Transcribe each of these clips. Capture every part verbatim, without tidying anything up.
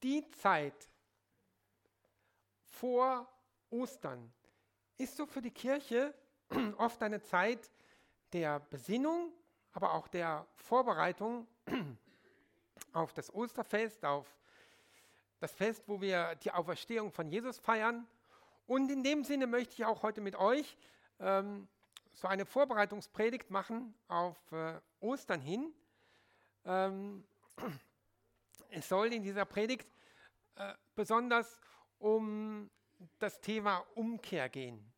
die Zeit vor Ostern ist so für die Kirche oft eine Zeit der Besinnung, aber auch der Vorbereitung auf das Osterfest, auf das Fest, wo wir die Auferstehung von Jesus feiern. Und in dem Sinne möchte ich auch heute mit euch ähm, so eine Vorbereitungspredigt machen auf äh, Ostern hin. Ähm, es soll in dieser Predigt äh, besonders um das Thema Umkehr gehen.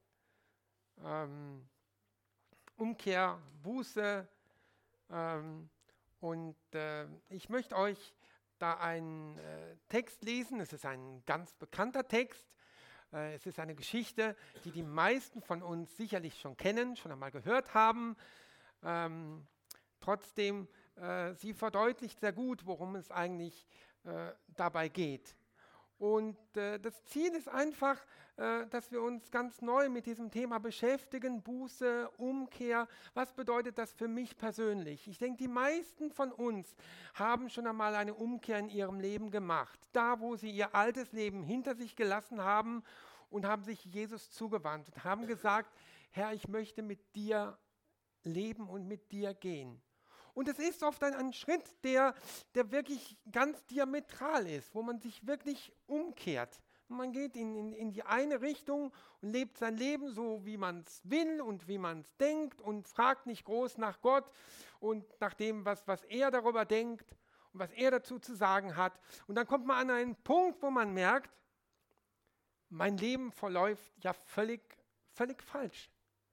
Ähm, Umkehr, Buße. Ähm, und äh, ich möchte euch da einen äh, Text lesen. Es ist ein ganz bekannter Text. Äh, es ist eine Geschichte, die die meisten von uns sicherlich schon kennen, schon einmal gehört haben. Ähm, trotzdem, äh, sie verdeutlicht sehr gut, worum es eigentlich äh, dabei geht. Und äh, das Ziel ist einfach, äh, dass wir uns ganz neu mit diesem Thema beschäftigen, Buße, Umkehr. Was bedeutet das für mich persönlich? Ich denke, die meisten von uns haben schon einmal eine Umkehr in ihrem Leben gemacht. Da, wo sie ihr altes Leben hinter sich gelassen haben und haben sich Jesus zugewandt und haben gesagt, Herr, ich möchte mit dir leben und mit dir gehen. Und es ist oft ein, ein Schritt, der, der wirklich ganz diametral ist, wo man sich wirklich umkehrt. Man geht in, in, in die eine Richtung und lebt sein Leben so, wie man es will und wie man es denkt und fragt nicht groß nach Gott und nach dem, was, was er darüber denkt und was er dazu zu sagen hat. Und dann kommt man an einen Punkt, wo man merkt, mein Leben verläuft ja völlig, völlig falsch.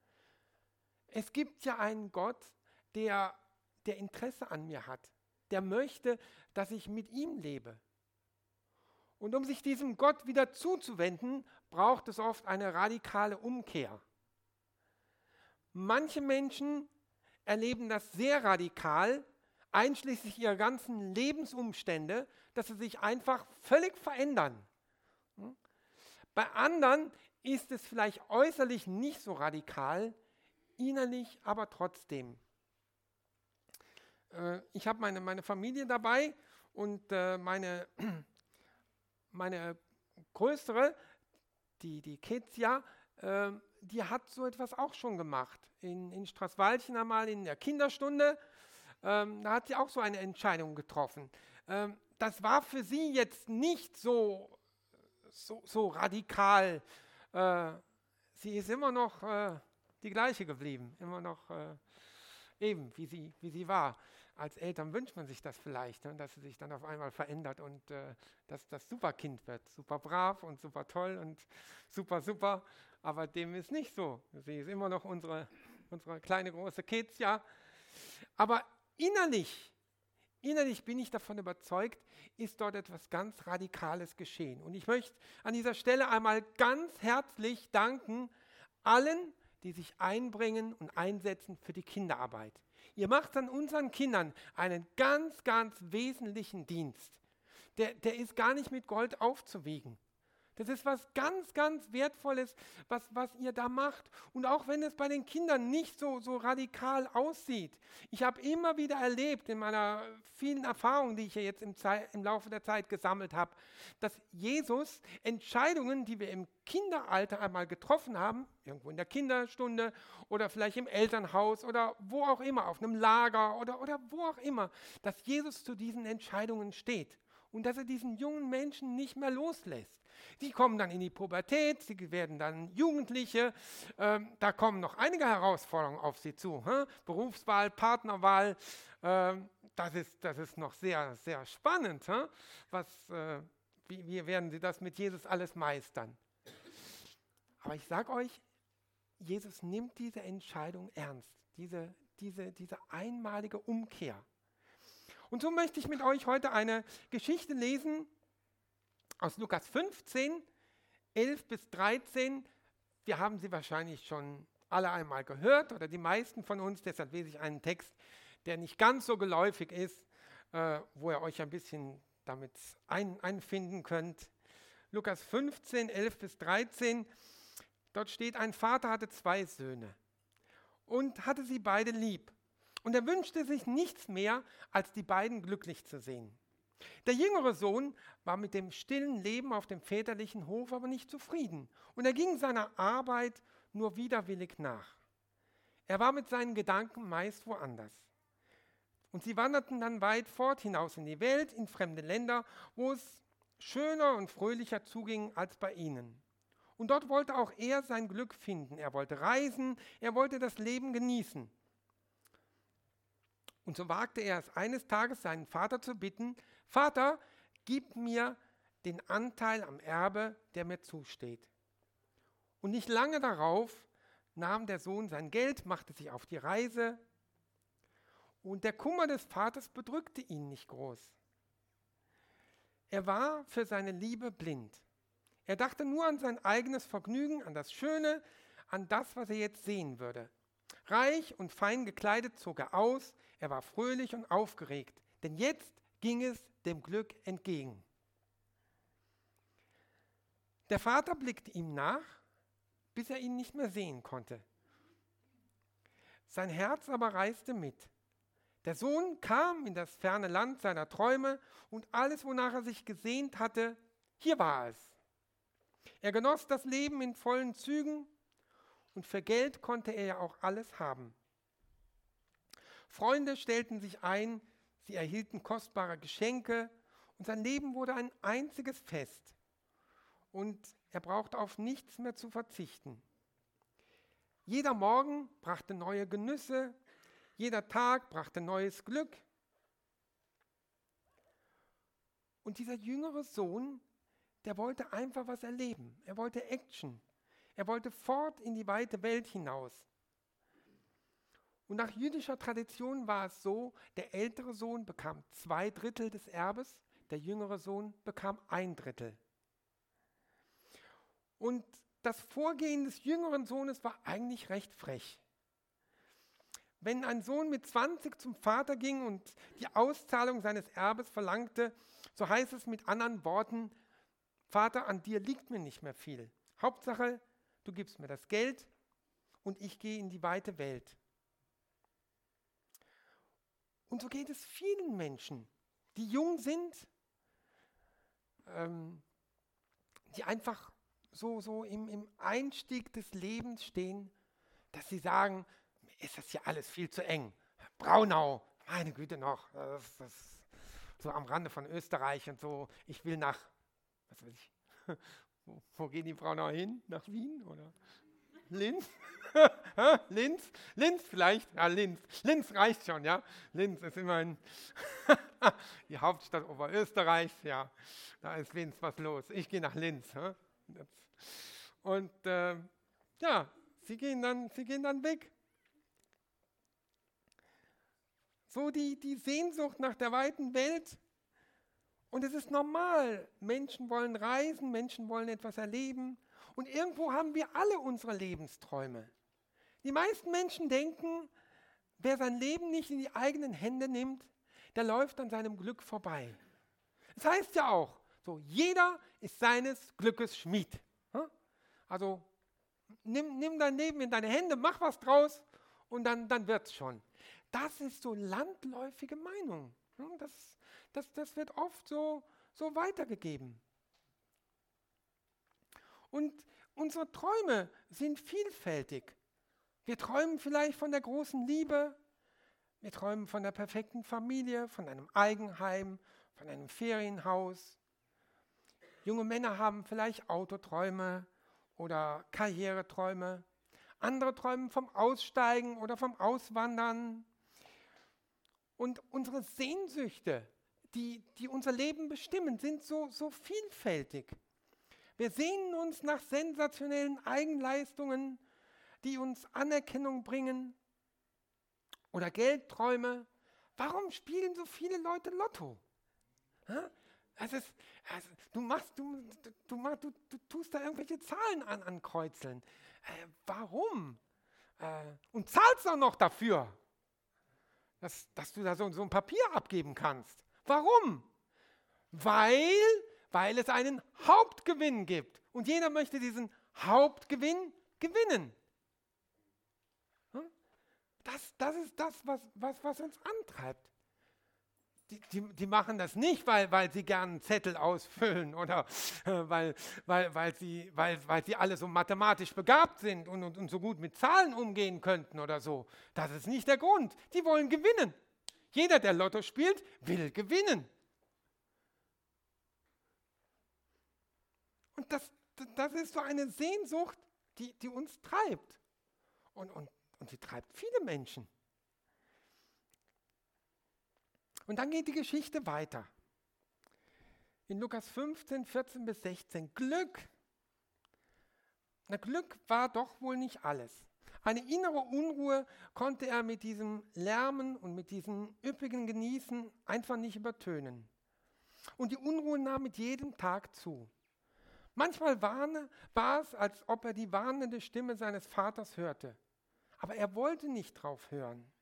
Es gibt ja einen Gott, der der Interesse an mir hat, der möchte, dass ich mit ihm lebe. Und um sich diesem Gott wieder zuzuwenden, braucht es oft eine radikale Umkehr. Manche Menschen erleben das sehr radikal, einschließlich ihrer ganzen Lebensumstände, dass sie sich einfach völlig verändern. Bei anderen ist es vielleicht äußerlich nicht so radikal, innerlich aber trotzdem. Ich habe meine, meine Familie dabei und äh, meine, meine größere, die, die Kezia, äh, die hat so etwas auch schon gemacht. In, in Straßwaldchen einmal in der Kinderstunde, ähm, da hat sie auch so eine Entscheidung getroffen. Ähm, das war für sie jetzt nicht so, so, so radikal. Äh, sie ist immer noch äh, die gleiche geblieben, immer noch äh, eben, wie sie, wie sie war. Als Eltern wünscht man sich das vielleicht, ne, dass sie sich dann auf einmal verändert und äh, dass das super Kind wird. Super brav und super toll und super, super. Aber dem ist nicht so. Sie ist immer noch unsere, unsere kleine, große Kezia. Aber innerlich, innerlich bin ich davon überzeugt, ist dort etwas ganz Radikales geschehen. Und ich möchte an dieser Stelle einmal ganz herzlich danken allen, die sich einbringen und einsetzen für die Kinderarbeit. Ihr macht an unseren Kindern einen ganz, ganz wesentlichen Dienst. Der, der ist gar nicht mit Gold aufzuwiegen. Das ist was ganz, ganz Wertvolles, was, was ihr da macht. Und auch wenn es bei den Kindern nicht so, so radikal aussieht. Ich habe immer wieder erlebt in meiner vielen Erfahrung, die ich ja jetzt im, Zeit, im Laufe der Zeit gesammelt habe, dass Jesus Entscheidungen, die wir im Kinderalter einmal getroffen haben, irgendwo in der Kinderstunde oder vielleicht im Elternhaus oder wo auch immer, auf einem Lager oder, oder wo auch immer, dass Jesus zu diesen Entscheidungen steht. Und dass er diesen jungen Menschen nicht mehr loslässt. Die kommen dann in die Pubertät, sie werden dann Jugendliche, ähm, da kommen noch einige Herausforderungen auf sie zu. Hä? Berufswahl, Partnerwahl, ähm, das, ist, das ist noch sehr, sehr spannend. Hä? Was, äh, wie, wie werden sie das mit Jesus alles meistern? Aber ich sage euch, Jesus nimmt diese Entscheidung ernst, diese, diese, diese einmalige Umkehr. Und so möchte ich mit euch heute eine Geschichte lesen aus Lukas fünfzehn, elf bis dreizehn. Wir haben sie wahrscheinlich schon alle einmal gehört oder die meisten von uns, deshalb lese ich einen Text, der nicht ganz so geläufig ist, äh, wo ihr euch ein bisschen damit ein, einfinden könnt. Lukas fünfzehn, elf bis dreizehn, dort steht, ein Vater hatte zwei Söhne und hatte sie beide lieb. Und er wünschte sich nichts mehr, als die beiden glücklich zu sehen. Der jüngere Sohn war mit dem stillen Leben auf dem väterlichen Hof aber nicht zufrieden und er ging seiner Arbeit nur widerwillig nach. Er war mit seinen Gedanken meist woanders. Und sie wanderten dann weit fort hinaus in die Welt, in fremde Länder, wo es schöner und fröhlicher zuging als bei ihnen. Und dort wollte auch er sein Glück finden. Er wollte reisen, er wollte das Leben genießen. Und so wagte er es eines Tages, seinen Vater zu bitten: Vater, gib mir den Anteil am Erbe, der mir zusteht. Und nicht lange darauf nahm der Sohn sein Geld, machte sich auf die Reise und der Kummer des Vaters bedrückte ihn nicht groß. Er war für seine Liebe blind. Er dachte nur an sein eigenes Vergnügen, an das Schöne, an das, was er jetzt sehen würde. Reich und fein gekleidet zog er aus, er war fröhlich und aufgeregt, denn jetzt ging es dem Glück entgegen. Der Vater blickte ihm nach, bis er ihn nicht mehr sehen konnte. Sein Herz aber reiste mit. Der Sohn kam in das ferne Land seiner Träume und alles, wonach er sich gesehnt hatte, hier war es. Er genoss das Leben in vollen Zügen und für Geld konnte er ja auch alles haben. Freunde stellten sich ein, sie erhielten kostbare Geschenke und sein Leben wurde ein einziges Fest und er brauchte auf nichts mehr zu verzichten. Jeder Morgen brachte neue Genüsse, jeder Tag brachte neues Glück. Und dieser jüngere Sohn, der wollte einfach was erleben. Er wollte Action. Er wollte fort in die weite Welt hinaus. Und nach jüdischer Tradition war es so, der ältere Sohn bekam zwei Drittel des Erbes, der jüngere Sohn bekam ein Drittel. Und das Vorgehen des jüngeren Sohnes war eigentlich recht frech. Wenn ein Sohn mit zwanzig zum Vater ging und die Auszahlung seines Erbes verlangte, so heißt es mit anderen Worten: Vater, an dir liegt mir nicht mehr viel. Hauptsache, du gibst mir das Geld und ich gehe in die weite Welt. Und so geht es vielen Menschen, die jung sind, ähm, die einfach so, so im, im Einstieg des Lebens stehen, dass sie sagen: Ist das hier alles viel zu eng. Braunau, meine Güte noch, das, das, so am Rande von Österreich und so. Ich will nach, was weiß ich, wo, wo gehen die Braunauer hin? Nach Wien oder Linz? Linz? Linz vielleicht? Ja, Linz. Linz reicht schon, ja. Linz ist immerhin die Hauptstadt Oberösterreichs, ja. Da ist wenigstens was los. Ich gehe nach Linz. Und äh, ja, sie gehen dann, sie gehen dann weg. So die, die Sehnsucht nach der weiten Welt. Und es ist normal. Menschen wollen reisen, Menschen wollen etwas erleben. Und irgendwo haben wir alle unsere Lebensträume. Die meisten Menschen denken, wer sein Leben nicht in die eigenen Hände nimmt, der läuft an seinem Glück vorbei. Das heißt ja auch, so jeder ist seines Glückes Schmied. Also nimm, nimm dein Leben in deine Hände, mach was draus und dann, dann wird's schon. Das ist so landläufige Meinung. Das, das, das wird oft so, so weitergegeben. Und unsere Träume sind vielfältig. Wir träumen vielleicht von der großen Liebe, wir träumen von der perfekten Familie, von einem Eigenheim, von einem Ferienhaus. Junge Männer haben vielleicht Autoträume oder Karriereträume. Andere träumen vom Aussteigen oder vom Auswandern. Und unsere Sehnsüchte, die, die unser Leben bestimmen, sind so, so vielfältig. Wir sehnen uns nach sensationellen Eigenleistungen, die uns Anerkennung bringen, oder Geldträume. Warum spielen so viele Leute Lotto? Ja? Es ist, es, du, machst, du, du, machst, du, du tust da irgendwelche Zahlen an, ankreuzeln. Äh, warum? Äh, und zahlst auch noch dafür, dass, dass du da so, so ein Papier abgeben kannst. Warum? Weil, weil es einen Hauptgewinn gibt. Und jeder möchte diesen Hauptgewinn gewinnen. Das, das ist das, was, was, was uns antreibt. die, die, die machen das nicht, weil, weil sie gern einen Zettel ausfüllen oder äh, weil, weil, weil, sie, weil, weil sie alle so mathematisch begabt sind und, und, und so gut mit Zahlen umgehen könnten oder so. Das ist nicht der Grund. Die wollen gewinnen. Jeder, der Lotto spielt, will gewinnen. Und das, das ist so eine Sehnsucht, die, die uns treibt. Und, und, und die treibt viele Menschen. Und dann geht die Geschichte weiter. In Lukas fünfzehn, vierzehn bis sechzehn. Glück. Na, Glück war doch wohl nicht alles. Eine innere Unruhe konnte er mit diesem Lärmen und mit diesem üppigen Genießen einfach nicht übertönen. Und die Unruhe nahm mit jedem Tag zu. Manchmal war es, als ob er die warnende Stimme seines Vaters hörte. Aber er wollte nicht drauf hören.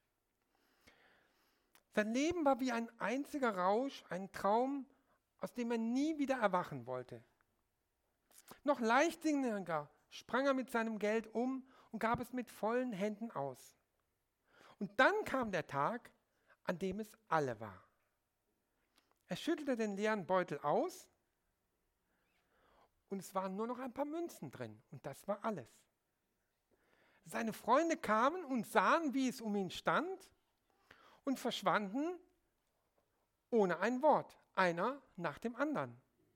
Sein Leben war wie ein einziger Rausch, ein Traum, aus dem er nie wieder erwachen wollte. Noch leichtsinniger sprang er mit seinem Geld um und gab es mit vollen Händen aus. Und dann kam der Tag, an dem es alle war. Er schüttelte den leeren Beutel aus und es waren nur noch ein paar Münzen drin und das war alles. Seine Freunde kamen und sahen, wie es um ihn stand und verschwanden ohne ein Wort, einer nach dem anderen.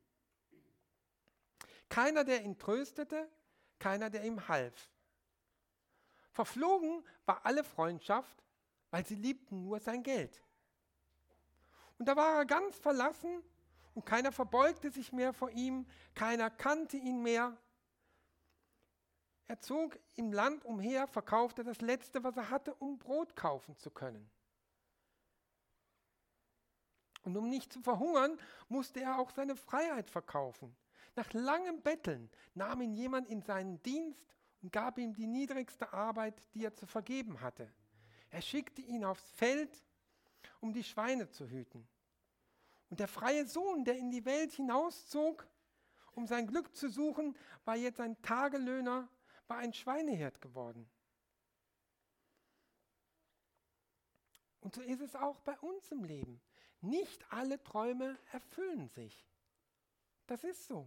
Keiner, der ihn tröstete, keiner, der ihm half. Verflogen war alle Freundschaft, weil sie liebten nur sein Geld. Und da war er ganz verlassen und keiner verbeugte sich mehr vor ihm, keiner kannte ihn mehr. Er zog im Land umher, verkaufte das Letzte, was er hatte, um Brot kaufen zu können. Und um nicht zu verhungern, musste er auch seine Freiheit verkaufen. Nach langem Betteln nahm ihn jemand in seinen Dienst und gab ihm die niedrigste Arbeit, die er zu vergeben hatte. Er schickte ihn aufs Feld, um die Schweine zu hüten. Und der freie Sohn, der in die Welt hinauszog, um sein Glück zu suchen, war jetzt ein Tagelöhner, war ein Schweinehirt geworden. Und so ist es auch bei uns im Leben. Nicht alle Träume erfüllen sich. Das ist so.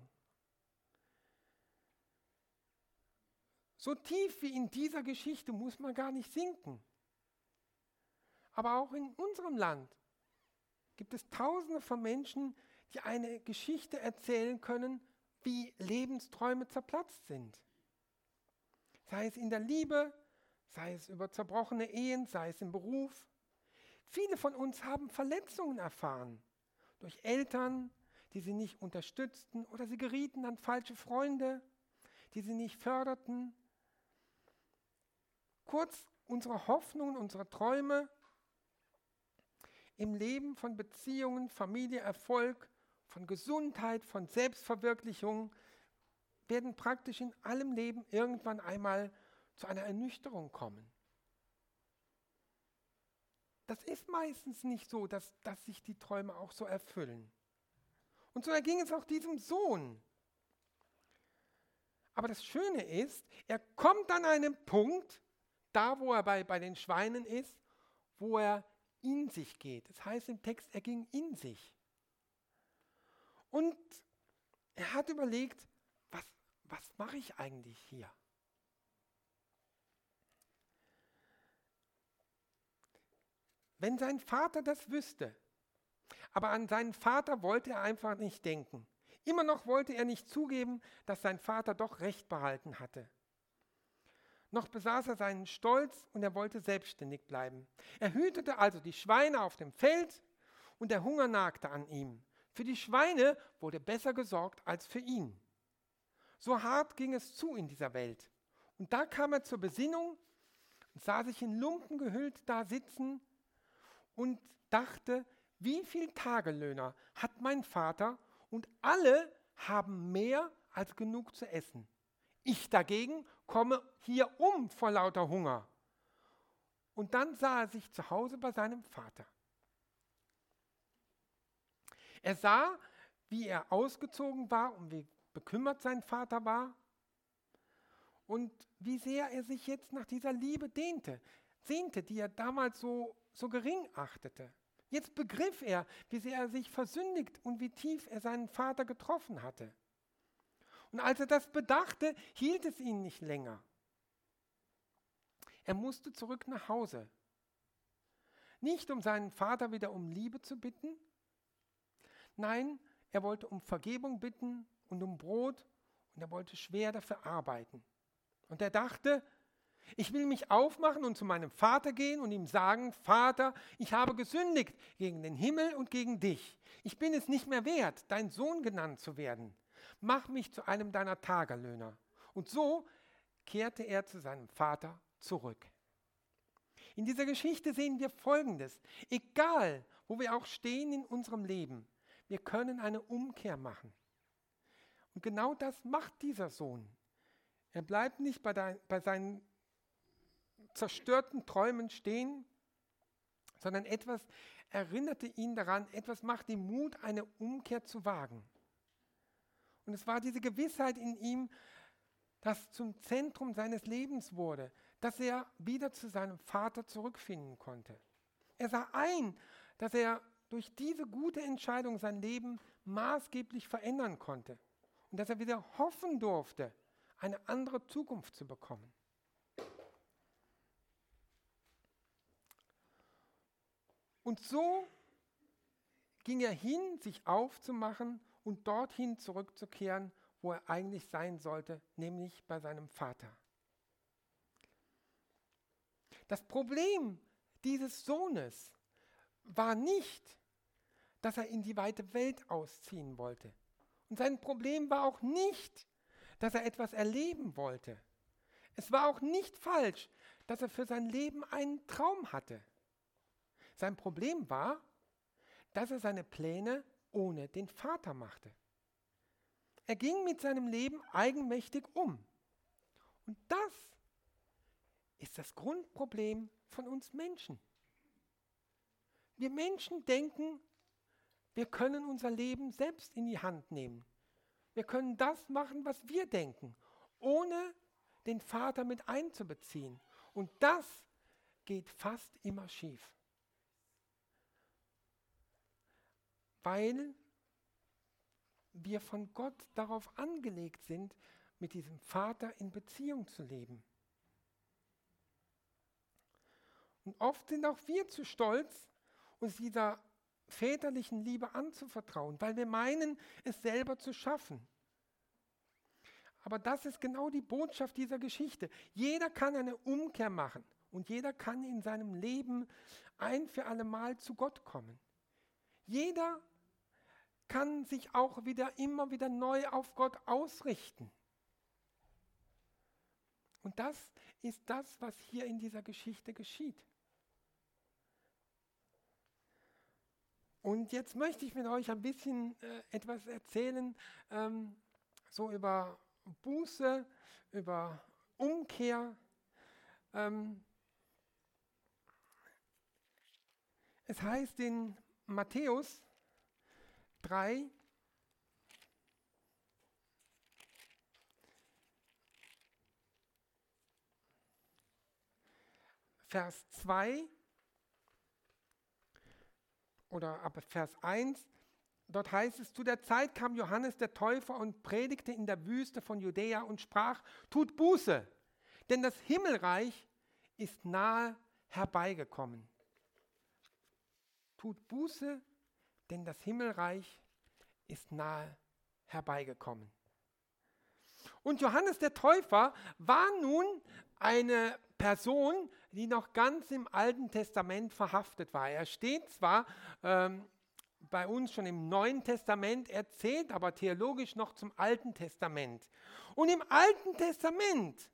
So tief wie in dieser Geschichte muss man gar nicht sinken. Aber auch in unserem Land gibt es Tausende von Menschen, die eine Geschichte erzählen können, wie Lebensträume zerplatzt sind. Sei es in der Liebe, sei es über zerbrochene Ehen, sei es im Beruf. Viele von uns haben Verletzungen erfahren durch Eltern, die sie nicht unterstützten oder sie gerieten an falsche Freunde, die sie nicht förderten. Kurz, unsere Hoffnungen, unsere Träume im Leben von Beziehungen, Familie, Erfolg, von Gesundheit, von Selbstverwirklichung werden praktisch in allem Leben irgendwann einmal zu einer Ernüchterung kommen. Das ist meistens nicht so, dass, dass sich die Träume auch so erfüllen. Und so erging es auch diesem Sohn. Aber das Schöne ist, er kommt an einen Punkt, da wo er bei, bei den Schweinen ist, wo er in sich geht. Das heißt im Text, er ging in sich. Und er hat überlegt, was, was mache ich eigentlich hier? Wenn sein Vater das wüsste, aber an seinen Vater wollte er einfach nicht denken. Immer noch wollte er nicht zugeben, dass sein Vater doch Recht behalten hatte. Noch besaß er seinen Stolz und er wollte selbstständig bleiben. Er hütete also die Schweine auf dem Feld und der Hunger nagte an ihm. Für die Schweine wurde besser gesorgt als für ihn. So hart ging es zu in dieser Welt. Und da kam er zur Besinnung und sah sich in Lumpen gehüllt da sitzen und dachte, wie viel Tagelöhner hat mein Vater und alle haben mehr als genug zu essen. Ich dagegen komme hier um vor lauter Hunger. Und dann sah er sich zu Hause bei seinem Vater. Er sah, wie er ausgezogen war und wie bekümmert sein Vater war und wie sehr er sich jetzt nach dieser Liebe dehnte, sehnte, die er damals so, so gering achtete. Jetzt begriff er, wie sehr er sich versündigt und wie tief er seinen Vater getroffen hatte. Und als er das bedachte, hielt es ihn nicht länger. Er musste zurück nach Hause. Nicht um seinen Vater wieder um Liebe zu bitten, nein, er wollte um Vergebung bitten und um Brot und er wollte schwer dafür arbeiten. Und er dachte, ich will mich aufmachen und zu meinem Vater gehen und ihm sagen, Vater, ich habe gesündigt gegen den Himmel und gegen dich. Ich bin es nicht mehr wert, dein Sohn genannt zu werden. Mach mich zu einem deiner Tagelöhner. Und so kehrte er zu seinem Vater zurück. In dieser Geschichte sehen wir Folgendes. Egal, wo wir auch stehen in unserem Leben, wir können eine Umkehr machen. Und genau das macht dieser Sohn. Er bleibt nicht bei, dein, bei seinen zerstörten Träumen stehen, sondern etwas erinnerte ihn daran, etwas macht ihm Mut, eine Umkehr zu wagen. Und es war diese Gewissheit in ihm, das zum Zentrum seines Lebens wurde, dass er wieder zu seinem Vater zurückfinden konnte. Er sah ein, dass er durch diese gute Entscheidung sein Leben maßgeblich verändern konnte und dass er wieder hoffen durfte, eine andere Zukunft zu bekommen. Und so ging er hin, sich aufzumachen und dorthin zurückzukehren, wo er eigentlich sein sollte, nämlich bei seinem Vater. Das Problem dieses Sohnes war nicht, dass er in die weite Welt ausziehen wollte. Und sein Problem war auch nicht, dass er etwas erleben wollte. Es war auch nicht falsch, dass er für sein Leben einen Traum hatte. Sein Problem war, dass er seine Pläne ohne den Vater machte. Er ging mit seinem Leben eigenmächtig um. Und das ist das Grundproblem von uns Menschen. Wir Menschen denken, wir können unser Leben selbst in die Hand nehmen. Wir können das machen, was wir denken, ohne den Vater mit einzubeziehen. Und das geht fast immer schief. Weil wir von Gott darauf angelegt sind, mit diesem Vater in Beziehung zu leben. Und oft sind auch wir zu stolz, uns dieser väterlichen Liebe anzuvertrauen, weil wir meinen, es selber zu schaffen. Aber das ist genau die Botschaft dieser Geschichte. Jeder kann eine Umkehr machen und jeder kann in seinem Leben ein für alle Mal zu Gott kommen. Jeder kann sich auch wieder immer wieder neu auf Gott ausrichten. Und das ist das, was hier in dieser Geschichte geschieht. Und jetzt möchte ich mit euch ein bisschen äh, etwas erzählen, ähm, so über Buße, über Umkehr. Ähm, es heißt in Matthäus drei, Vers zwei oder ab Vers eins, dort heißt es, zu der Zeit kam Johannes der Täufer und predigte in der Wüste von Judäa und sprach, tut Buße, denn das Himmelreich ist nahe herbeigekommen. Tut Buße, denn das Himmelreich ist nahe herbeigekommen. Und Johannes der Täufer war nun eine Person, die noch ganz im Alten Testament verhaftet war. Er steht zwar ähm, bei uns schon im Neuen Testament, er zählt aber theologisch noch zum Alten Testament. Und im Alten Testament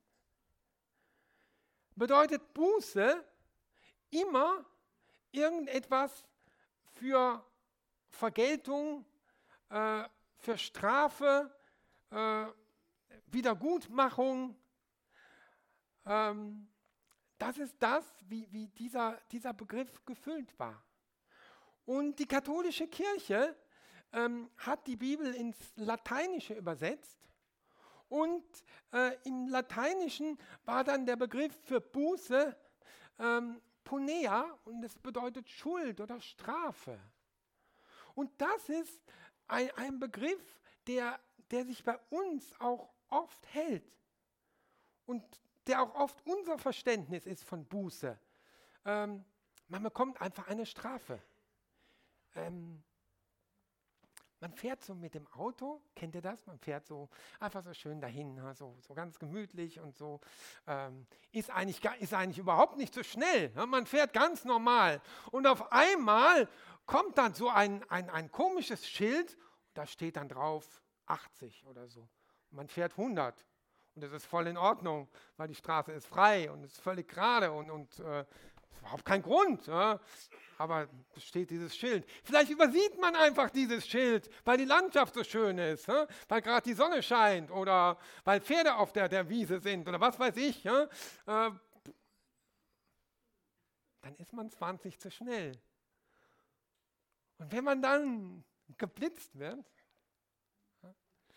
bedeutet Buße immer irgendetwas für Vergeltung, äh, für Strafe, äh, Wiedergutmachung. Ähm, das ist das, wie, wie dieser, dieser Begriff gefüllt war. Und die katholische Kirche ähm, hat die Bibel ins Lateinische übersetzt. Und äh, im Lateinischen war dann der Begriff für Buße ähm, Ponea und es bedeutet Schuld oder Strafe. Und das ist ein, ein Begriff, der, der sich bei uns auch oft hält und der auch oft unser Verständnis ist von Buße. Ähm, man bekommt einfach eine Strafe. Ähm, Man fährt so mit dem Auto, kennt ihr das? Man fährt so einfach so schön dahin, ne? so, so ganz gemütlich und so. Ähm, ist, eigentlich, ga- ist eigentlich überhaupt nicht so schnell. Ne? Man fährt ganz normal. Und auf einmal kommt dann so ein, ein, ein komisches Schild, da steht dann drauf achtzig oder so. Und man fährt hundert. Und das ist voll in Ordnung, weil die Straße ist frei und es ist völlig gerade und, und äh, ist überhaupt kein Grund. Ja? Aber es steht dieses Schild. Vielleicht übersieht man einfach dieses Schild, weil die Landschaft so schön ist, ja? Weil gerade die Sonne scheint oder weil Pferde auf der, der Wiese sind oder was weiß ich. Ja? Äh, dann ist man zwanzig zu schnell. Und wenn man dann geblitzt wird, ja,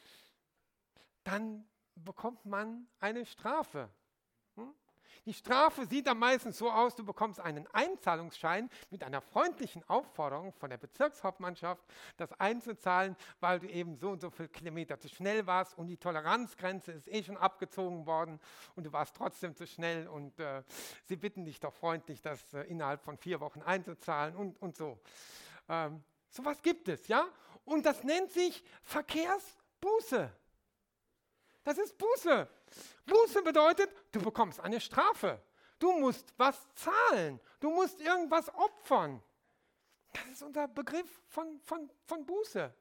dann bekommt man eine Strafe. Hm? Die Strafe sieht dann meistens so aus, du bekommst einen Einzahlungsschein mit einer freundlichen Aufforderung von der Bezirkshauptmannschaft, das einzuzahlen, weil du eben so und so viele Kilometer zu schnell warst und die Toleranzgrenze ist eh schon abgezogen worden und du warst trotzdem zu schnell und äh, sie bitten dich doch freundlich, das äh, innerhalb von vier Wochen einzuzahlen und, und so. Ähm, sowas gibt es, ja? Und das nennt sich Verkehrsbuße. Das ist Buße. Buße bedeutet, du bekommst eine Strafe. Du musst was zahlen. Du musst irgendwas opfern. Das ist unser Begriff von, von, von Buße.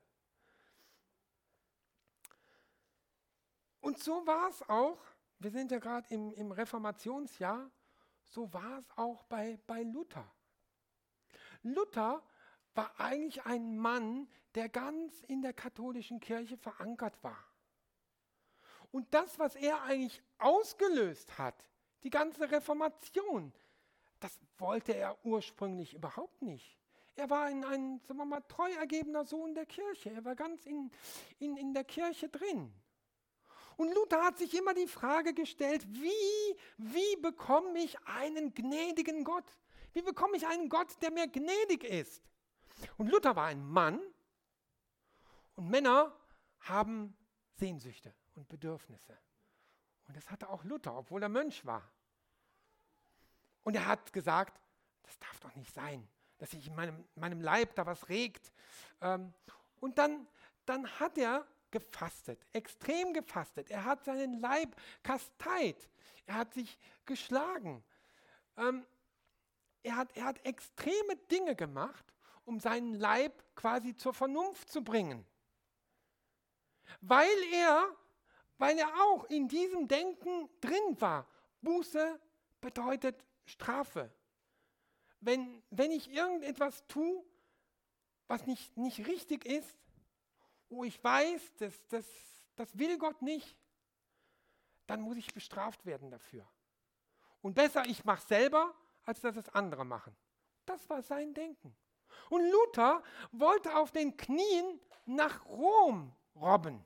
Und so war es auch, wir sind ja gerade im, im Reformationsjahr, so war es auch bei, bei Luther. Luther war eigentlich ein Mann, der ganz in der katholischen Kirche verankert war. Und das, was er eigentlich ausgelöst hat, die ganze Reformation, das wollte er ursprünglich überhaupt nicht. Er war ein, ein sagen wir mal, treu ergebener Sohn der Kirche. Er war ganz in, in, in der Kirche drin. Und Luther hat sich immer die Frage gestellt, wie, wie bekomme ich einen gnädigen Gott? Wie bekomme ich einen Gott, der mir gnädig ist? Und Luther war ein Mann und Männer haben Sehnsüchte und Bedürfnisse. Und das hatte auch Luther, obwohl er Mönch war. Und er hat gesagt, das darf doch nicht sein, dass sich in meinem, meinem Leib da was regt. Ähm, und dann, dann hat er gefastet, extrem gefastet. Er hat seinen Leib kasteit. Er hat sich geschlagen. Ähm, er, hat, er hat extreme Dinge gemacht, um seinen Leib quasi zur Vernunft zu bringen. Weil er, weil er auch in diesem Denken drin war. Buße bedeutet Strafe. Wenn, wenn ich irgendetwas tue, was nicht, nicht richtig ist, wo ich weiß, das, das, das will Gott nicht, dann muss ich bestraft werden dafür. Und besser, ich mache es selber, als dass es andere machen. Das war sein Denken. Und Luther wollte auf den Knien nach Rom robben,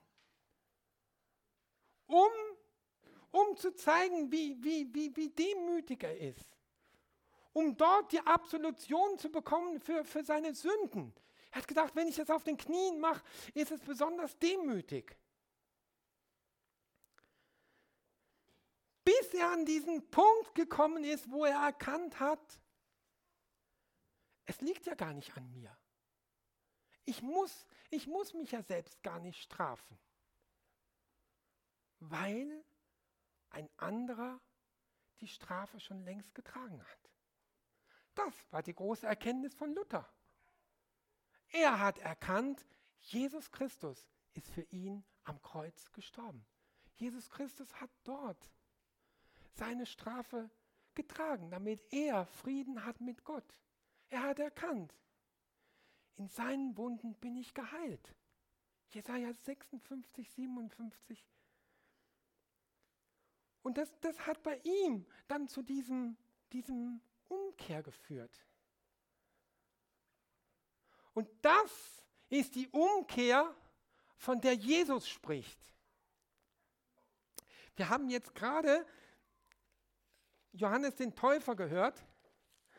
um, um zu zeigen, wie, wie, wie, wie demütig er ist, um dort die Absolution zu bekommen für, für seine Sünden. Er hat gedacht, wenn ich das auf den Knien mache, ist es besonders demütig. Bis er an diesen Punkt gekommen ist, wo er erkannt hat, es liegt ja gar nicht an mir. Ich muss, ich muss mich ja selbst gar nicht strafen, weil ein anderer die Strafe schon längst getragen hat. Das war die große Erkenntnis von Luther. Er hat erkannt, Jesus Christus ist für ihn am Kreuz gestorben. Jesus Christus hat dort seine Strafe getragen, damit er Frieden hat mit Gott. Er hat erkannt, in seinen Wunden bin ich geheilt. Jesaja sechsundfünfzig, siebenundfünfzig. Und das, das hat bei ihm dann zu diesem, diesem Umkehr geführt. Und das ist die Umkehr, von der Jesus spricht. Wir haben jetzt gerade Johannes den Täufer gehört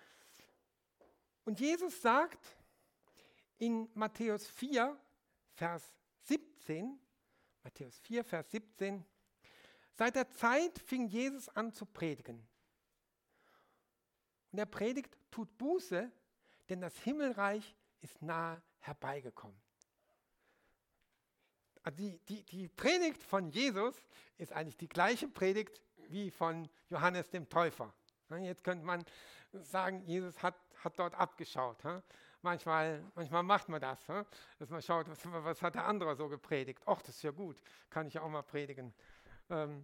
Und Jesus sagt in Matthäus vier, Vers siebzehn, Matthäus vier, Vers siebzehn, seit der Zeit fing Jesus an zu predigen. Und er predigt, tut Buße, denn das Himmelreich ist nahe herbeigekommen. Also die, die, die Predigt von Jesus ist eigentlich die gleiche Predigt wie von Johannes dem Täufer. Jetzt könnte man sagen, Jesus hat, hat dort abgeschaut. Manchmal, manchmal macht man das, dass man schaut, was, was hat der andere so gepredigt. Ach, das ist ja gut, kann ich auch mal predigen. Ähm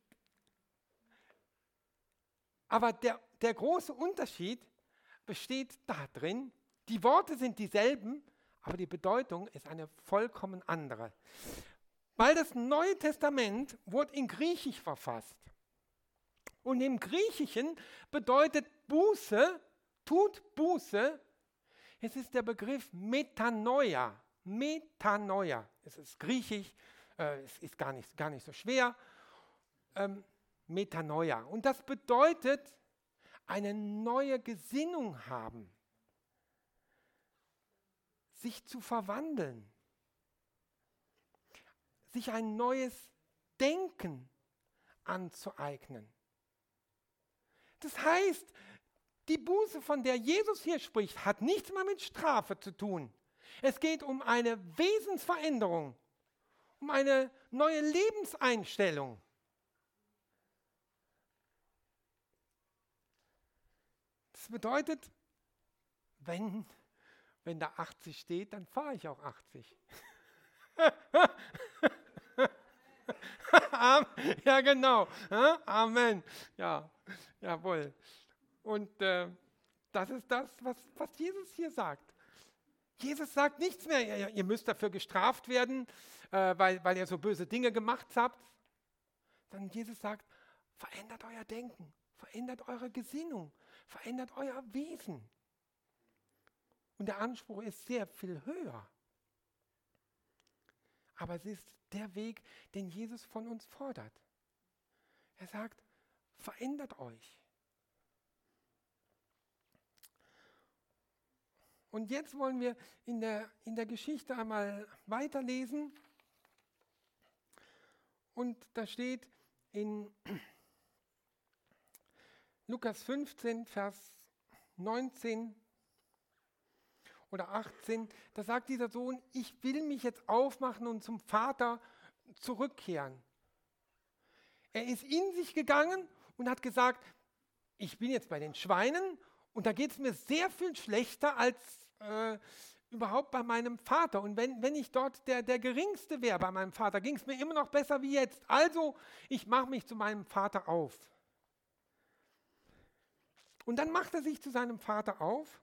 Aber der, der große Unterschied besteht darin, die Worte sind dieselben, aber die Bedeutung ist eine vollkommen andere. Weil das Neue Testament wurde in Griechisch verfasst. Und im Griechischen bedeutet Buße, tut Buße, es ist der Begriff Metanoia. Metanoia. Es ist griechisch, äh, es ist gar nicht, gar nicht so schwer. Ähm, Metanoia. Und das bedeutet, eine neue Gesinnung haben. Sich zu verwandeln. Sich ein neues Denken anzueignen. Das heißt, die Buße, von der Jesus hier spricht, hat nichts mehr mit Strafe zu tun. Es geht um eine Wesensveränderung, um eine neue Lebenseinstellung. Das bedeutet, wenn, wenn da achtzig steht, dann fahre ich auch achtzig. Ja, genau. Amen. Ja, jawohl. Und äh, das ist das, was, was Jesus hier sagt. Jesus sagt nichts mehr, ihr, ihr müsst dafür gestraft werden, äh, weil, weil ihr so böse Dinge gemacht habt. Sondern Jesus sagt, verändert euer Denken, verändert eure Gesinnung, verändert euer Wesen. Und der Anspruch ist sehr viel höher. Aber es ist der Weg, den Jesus von uns fordert. Er sagt, verändert euch. Und jetzt wollen wir in der, in der Geschichte einmal weiterlesen. Und da steht in Lukas fünfzehn, Vers neunzehn oder achtzehn, da sagt dieser Sohn, ich will mich jetzt aufmachen und zum Vater zurückkehren. Er ist in sich gegangen und hat gesagt, ich bin jetzt bei den Schweinen und da geht es mir sehr viel schlechter als äh, überhaupt bei meinem Vater. Und wenn, wenn ich dort der, der Geringste wäre bei meinem Vater, ging es mir immer noch besser wie jetzt. Also, ich mache mich zu meinem Vater auf. Und dann macht er sich zu seinem Vater auf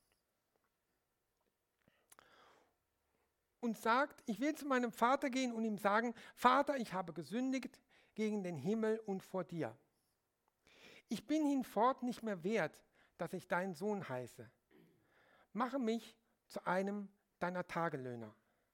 und sagt, ich will zu meinem Vater gehen und ihm sagen, Vater, ich habe gesündigt gegen den Himmel und vor dir. Ich bin hinfort nicht mehr wert, dass ich dein Sohn heiße. Mache mich zu einem deiner Tagelöhner.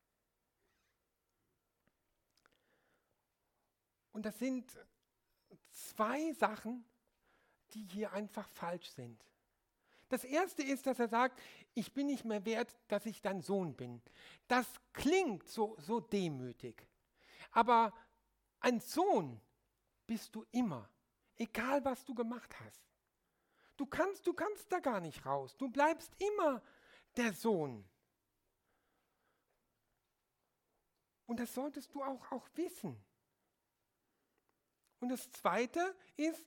Und das sind zwei Sachen, die hier einfach falsch sind. Das erste ist, dass er sagt, ich bin nicht mehr wert, dass ich dein Sohn bin. Das klingt so, so demütig. Aber ein Sohn bist du immer, egal was du gemacht hast. Du kannst, du kannst da gar nicht raus. Du bleibst immer der Sohn. Und das solltest du auch, auch wissen. Und das Zweite ist,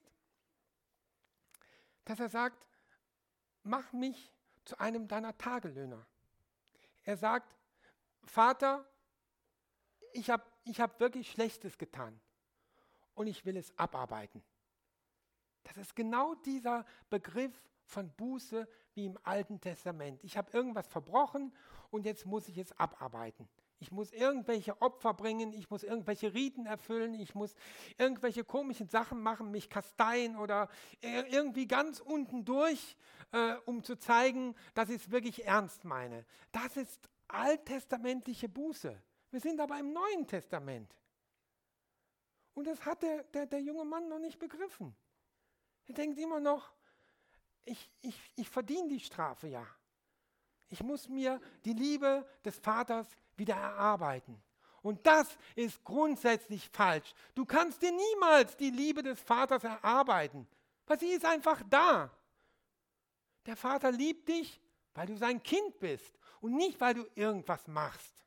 dass er sagt, mach mich zu einem deiner Tagelöhner. Er sagt, Vater, ich habe ich hab wirklich Schlechtes getan und ich will es abarbeiten. Das ist genau dieser Begriff von Buße wie im Alten Testament. Ich habe irgendwas verbrochen und jetzt muss ich es abarbeiten. Ich muss irgendwelche Opfer bringen, ich muss irgendwelche Riten erfüllen, ich muss irgendwelche komischen Sachen machen, mich kasteien oder irgendwie ganz unten durch, äh, um zu zeigen, dass ich es wirklich ernst meine. Das ist alttestamentliche Buße. Wir sind aber im Neuen Testament. Und das hat der, der, der junge Mann noch nicht begriffen. Er denkt immer noch, ich, ich, ich verdiene die Strafe ja. Ich muss mir die Liebe des Vaters wieder erarbeiten. Und das ist grundsätzlich falsch. Du kannst dir niemals die Liebe des Vaters erarbeiten, weil sie ist einfach da. Der Vater liebt dich, weil du sein Kind bist und nicht, weil du irgendwas machst.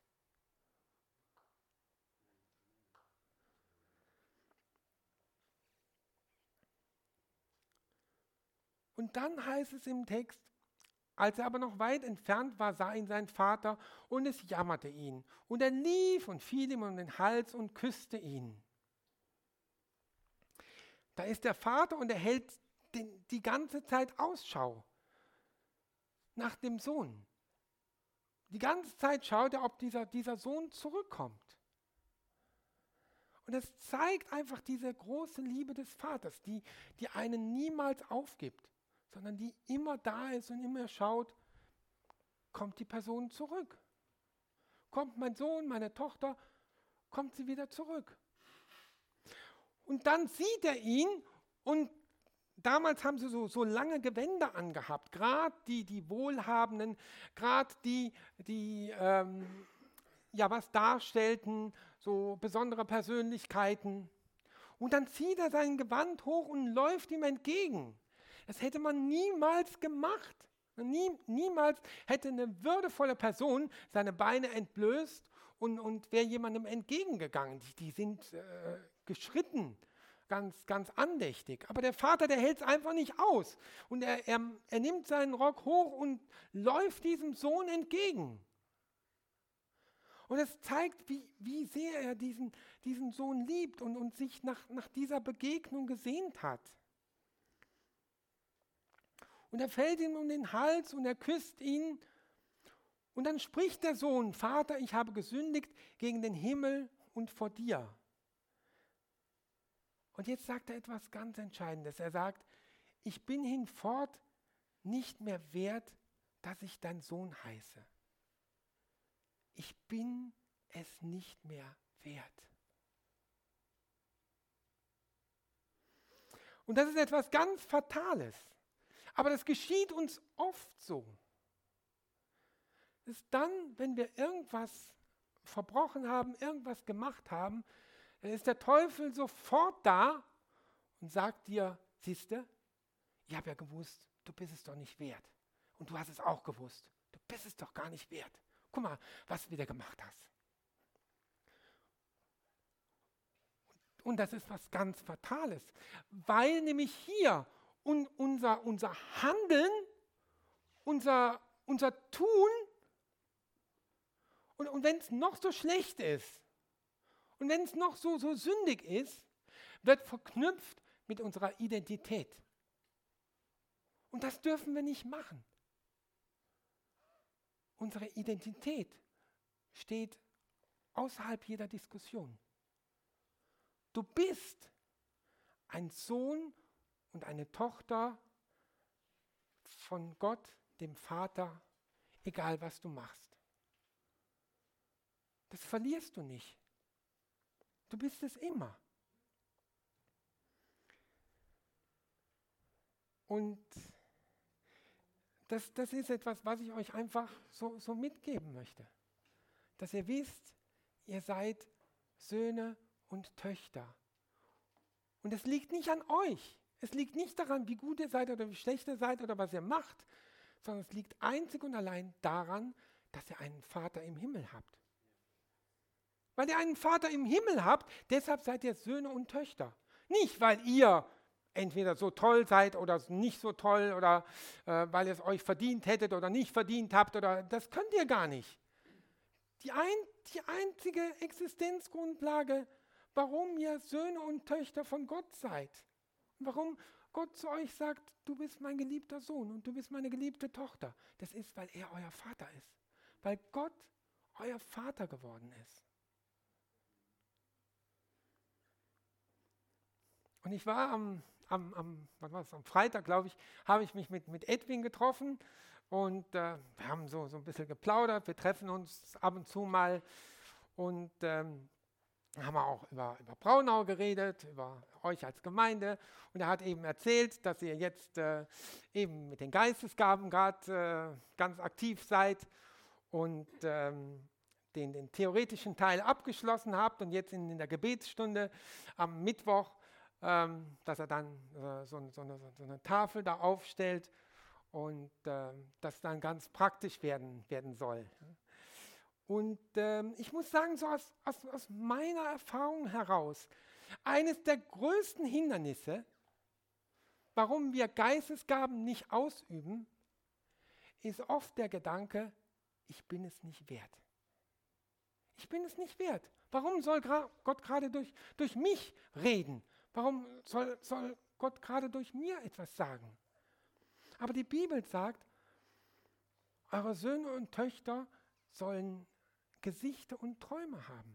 Und dann heißt es im Text, als er aber noch weit entfernt war, sah ihn sein Vater und es jammerte ihn. Und er lief und fiel ihm um den Hals und küsste ihn. Da ist der Vater und er hält den, die ganze Zeit Ausschau nach dem Sohn. Die ganze Zeit schaut er, ob dieser, dieser Sohn zurückkommt. Und es zeigt einfach diese große Liebe des Vaters, die, die einen niemals aufgibt, sondern die immer da ist und immer schaut, kommt die Person zurück? Kommt mein Sohn, meine Tochter, kommt sie wieder zurück? Und dann sieht er ihn und damals haben sie so, so lange Gewänder angehabt, gerade die, die Wohlhabenden, gerade die, die ähm, ja, was darstellten, so besondere Persönlichkeiten. Und dann zieht er sein Gewand hoch und läuft ihm entgegen. Das hätte man niemals gemacht. Nie, niemals hätte eine würdevolle Person seine Beine entblößt und, und wäre jemandem entgegengegangen. Die, die sind äh, geschritten, ganz, ganz andächtig. Aber der Vater, der hält es einfach nicht aus. Und er, er, er nimmt seinen Rock hoch und läuft diesem Sohn entgegen. Und es zeigt, wie, wie sehr er diesen, diesen Sohn liebt und, und sich nach, nach dieser Begegnung gesehnt hat. Und er fällt ihm um den Hals und er küsst ihn. Und dann spricht der Sohn, Vater, ich habe gesündigt gegen den Himmel und vor dir. Und jetzt sagt er etwas ganz Entscheidendes. Er sagt, ich bin hinfort nicht mehr wert, dass ich dein Sohn heiße. Ich bin es nicht mehr wert. Und das ist etwas ganz Fatales. Aber das geschieht uns oft so. Es ist dann, wenn wir irgendwas verbrochen haben, irgendwas gemacht haben, dann ist der Teufel sofort da und sagt dir, siehste, ich habe ja gewusst, du bist es doch nicht wert. Und du hast es auch gewusst, du bist es doch gar nicht wert. Guck mal, was du wieder gemacht hast. Und das ist was ganz Fatales, weil nämlich hier un, unser, unser Handeln, unser, unser Tun, und, und wenn es noch so schlecht ist, und wenn es noch so, so sündig ist, wird verknüpft mit unserer Identität. Und das dürfen wir nicht machen. Unsere Identität steht außerhalb jeder Diskussion. Du bist ein Sohn und eine Tochter von Gott, dem Vater, egal was du machst. Das verlierst du nicht. Du bist es immer. Und das, das ist etwas, was ich euch einfach so, so mitgeben möchte. Dass ihr wisst, ihr seid Söhne und Töchter. Und es liegt nicht an euch. Es liegt nicht daran, wie gut ihr seid oder wie schlecht ihr seid oder was ihr macht, sondern es liegt einzig und allein daran, dass ihr einen Vater im Himmel habt. Weil ihr einen Vater im Himmel habt, deshalb seid ihr Söhne und Töchter. Nicht, weil ihr entweder so toll seid oder nicht so toll oder äh, weil ihr es euch verdient hättet oder nicht verdient habt, oder das könnt ihr gar nicht. Die, ein, die einzige Existenzgrundlage, warum ihr Söhne und Töchter von Gott seid, warum Gott zu euch sagt, du bist mein geliebter Sohn und du bist meine geliebte Tochter, das ist, weil er euer Vater ist. Weil Gott euer Vater geworden ist. Und ich war am, am, am, was war das, am Freitag, glaube ich, habe ich mich mit, mit Edwin getroffen und äh, wir haben so, so ein bisschen geplaudert. Wir treffen uns ab und zu mal und ähm, Dann haben wir auch über, über Braunau geredet, über euch als Gemeinde. Und er hat eben erzählt, dass ihr jetzt äh, eben mit den Geistesgaben gerade äh, ganz aktiv seid und ähm, den, den theoretischen Teil abgeschlossen habt und jetzt in, in der Gebetsstunde am Mittwoch, ähm, dass er dann äh, so, so, eine, so eine Tafel da aufstellt und äh, das dann ganz praktisch werden, werden soll. Und ähm, ich muss sagen, so aus, aus, aus meiner Erfahrung heraus, eines der größten Hindernisse, warum wir Geistesgaben nicht ausüben, ist oft der Gedanke, ich bin es nicht wert. Ich bin es nicht wert. Warum soll gra- Gott gerade durch, durch mich reden? Warum soll, soll Gott gerade durch mir etwas sagen? Aber die Bibel sagt, eure Söhne und Töchter sollen Gesichter und Träume haben.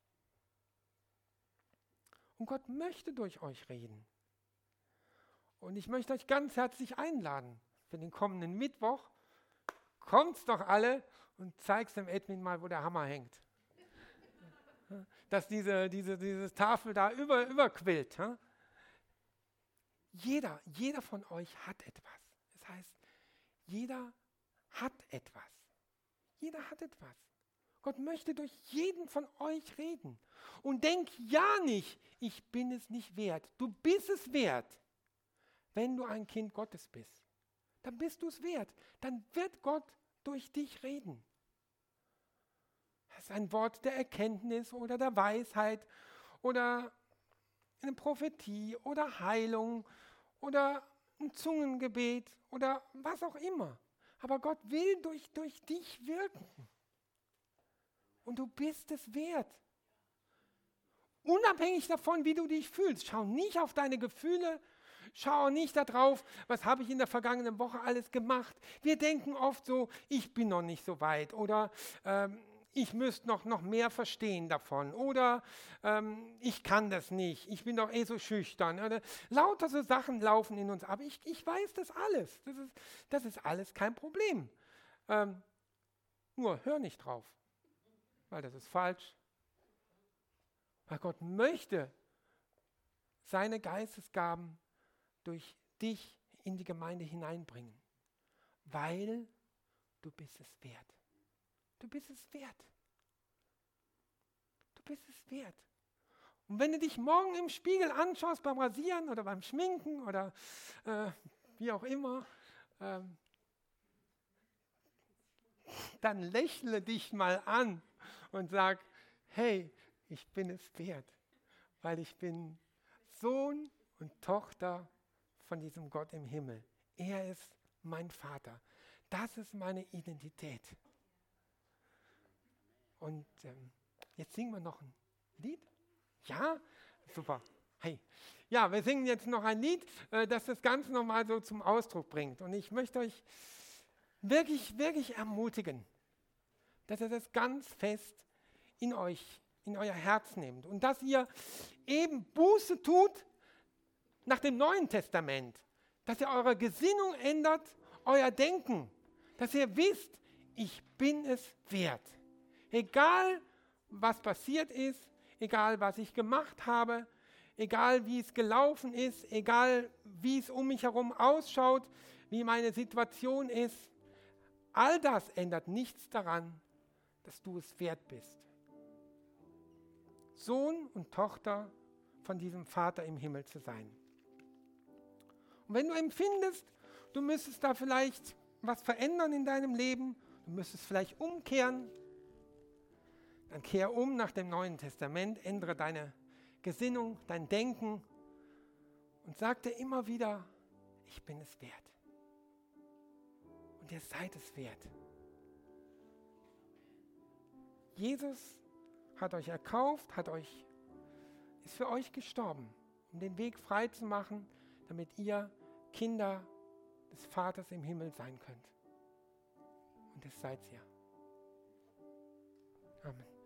Und Gott möchte durch euch reden. Und ich möchte euch ganz herzlich einladen für den kommenden Mittwoch. Kommt's doch alle und zeig's dem Edwin mal, wo der Hammer hängt. Dass diese, diese, diese Tafel da über, überquillt. Jeder, jeder von euch hat etwas. Das heißt, jeder hat etwas. Jeder hat etwas. Gott möchte durch jeden von euch reden. Und denk ja nicht, ich bin es nicht wert. Du bist es wert, wenn du ein Kind Gottes bist. Dann bist du es wert. Dann wird Gott durch dich reden. Das ist ein Wort der Erkenntnis oder der Weisheit oder eine Prophetie oder Heilung oder ein Zungengebet oder was auch immer. Aber Gott will durch, durch dich wirken. Und du bist es wert. Unabhängig davon, wie du dich fühlst. Schau nicht auf deine Gefühle. Schau nicht darauf, was habe ich in der vergangenen Woche alles gemacht. Wir denken oft so, ich bin noch nicht so weit oder ähm, ich müsste noch, noch mehr verstehen davon oder ähm, ich kann das nicht, ich bin doch eh so schüchtern. Oder lauter so Sachen laufen in uns ab. Ich, ich weiß das alles. Das ist, das ist alles kein Problem. Ähm, nur hör nicht drauf, weil das ist falsch. Weil Gott möchte seine Geistesgaben durch dich in die Gemeinde hineinbringen, weil du bist es wert. Du bist es wert. Du bist es wert. Und wenn du dich morgen im Spiegel anschaust beim Rasieren oder beim Schminken oder äh, wie auch immer, ähm, dann lächle dich mal an und sag, hey, ich bin es wert, weil ich bin Sohn und Tochter von diesem Gott im Himmel. Er ist mein Vater. Das ist meine Identität. Und ähm, jetzt singen wir noch ein Lied. Ja? Super. Hey. Ja, wir singen jetzt noch ein Lied, äh, das das Ganze nochmal so zum Ausdruck bringt. Und ich möchte euch wirklich, wirklich ermutigen, dass ihr das ganz fest in euch, in euer Herz nehmt. Und dass ihr eben Buße tut nach dem Neuen Testament. Dass ihr eure Gesinnung ändert, euer Denken. Dass ihr wisst, ich bin es wert. Egal, was passiert ist, egal, was ich gemacht habe, egal, wie es gelaufen ist, egal, wie es um mich herum ausschaut, wie meine Situation ist, all das ändert nichts daran, dass du es wert bist. Sohn und Tochter von diesem Vater im Himmel zu sein. Und wenn du empfindest, du müsstest da vielleicht was verändern in deinem Leben, du müsstest vielleicht umkehren, dann kehr um nach dem Neuen Testament, ändere deine Gesinnung, dein Denken und sag dir immer wieder, ich bin es wert. Und ihr seid es wert. Jesus hat euch erkauft, hat euch, ist für euch gestorben, um den Weg frei zu machen, damit ihr Kinder des Vaters im Himmel sein könnt. Und das seid ihr. Amen.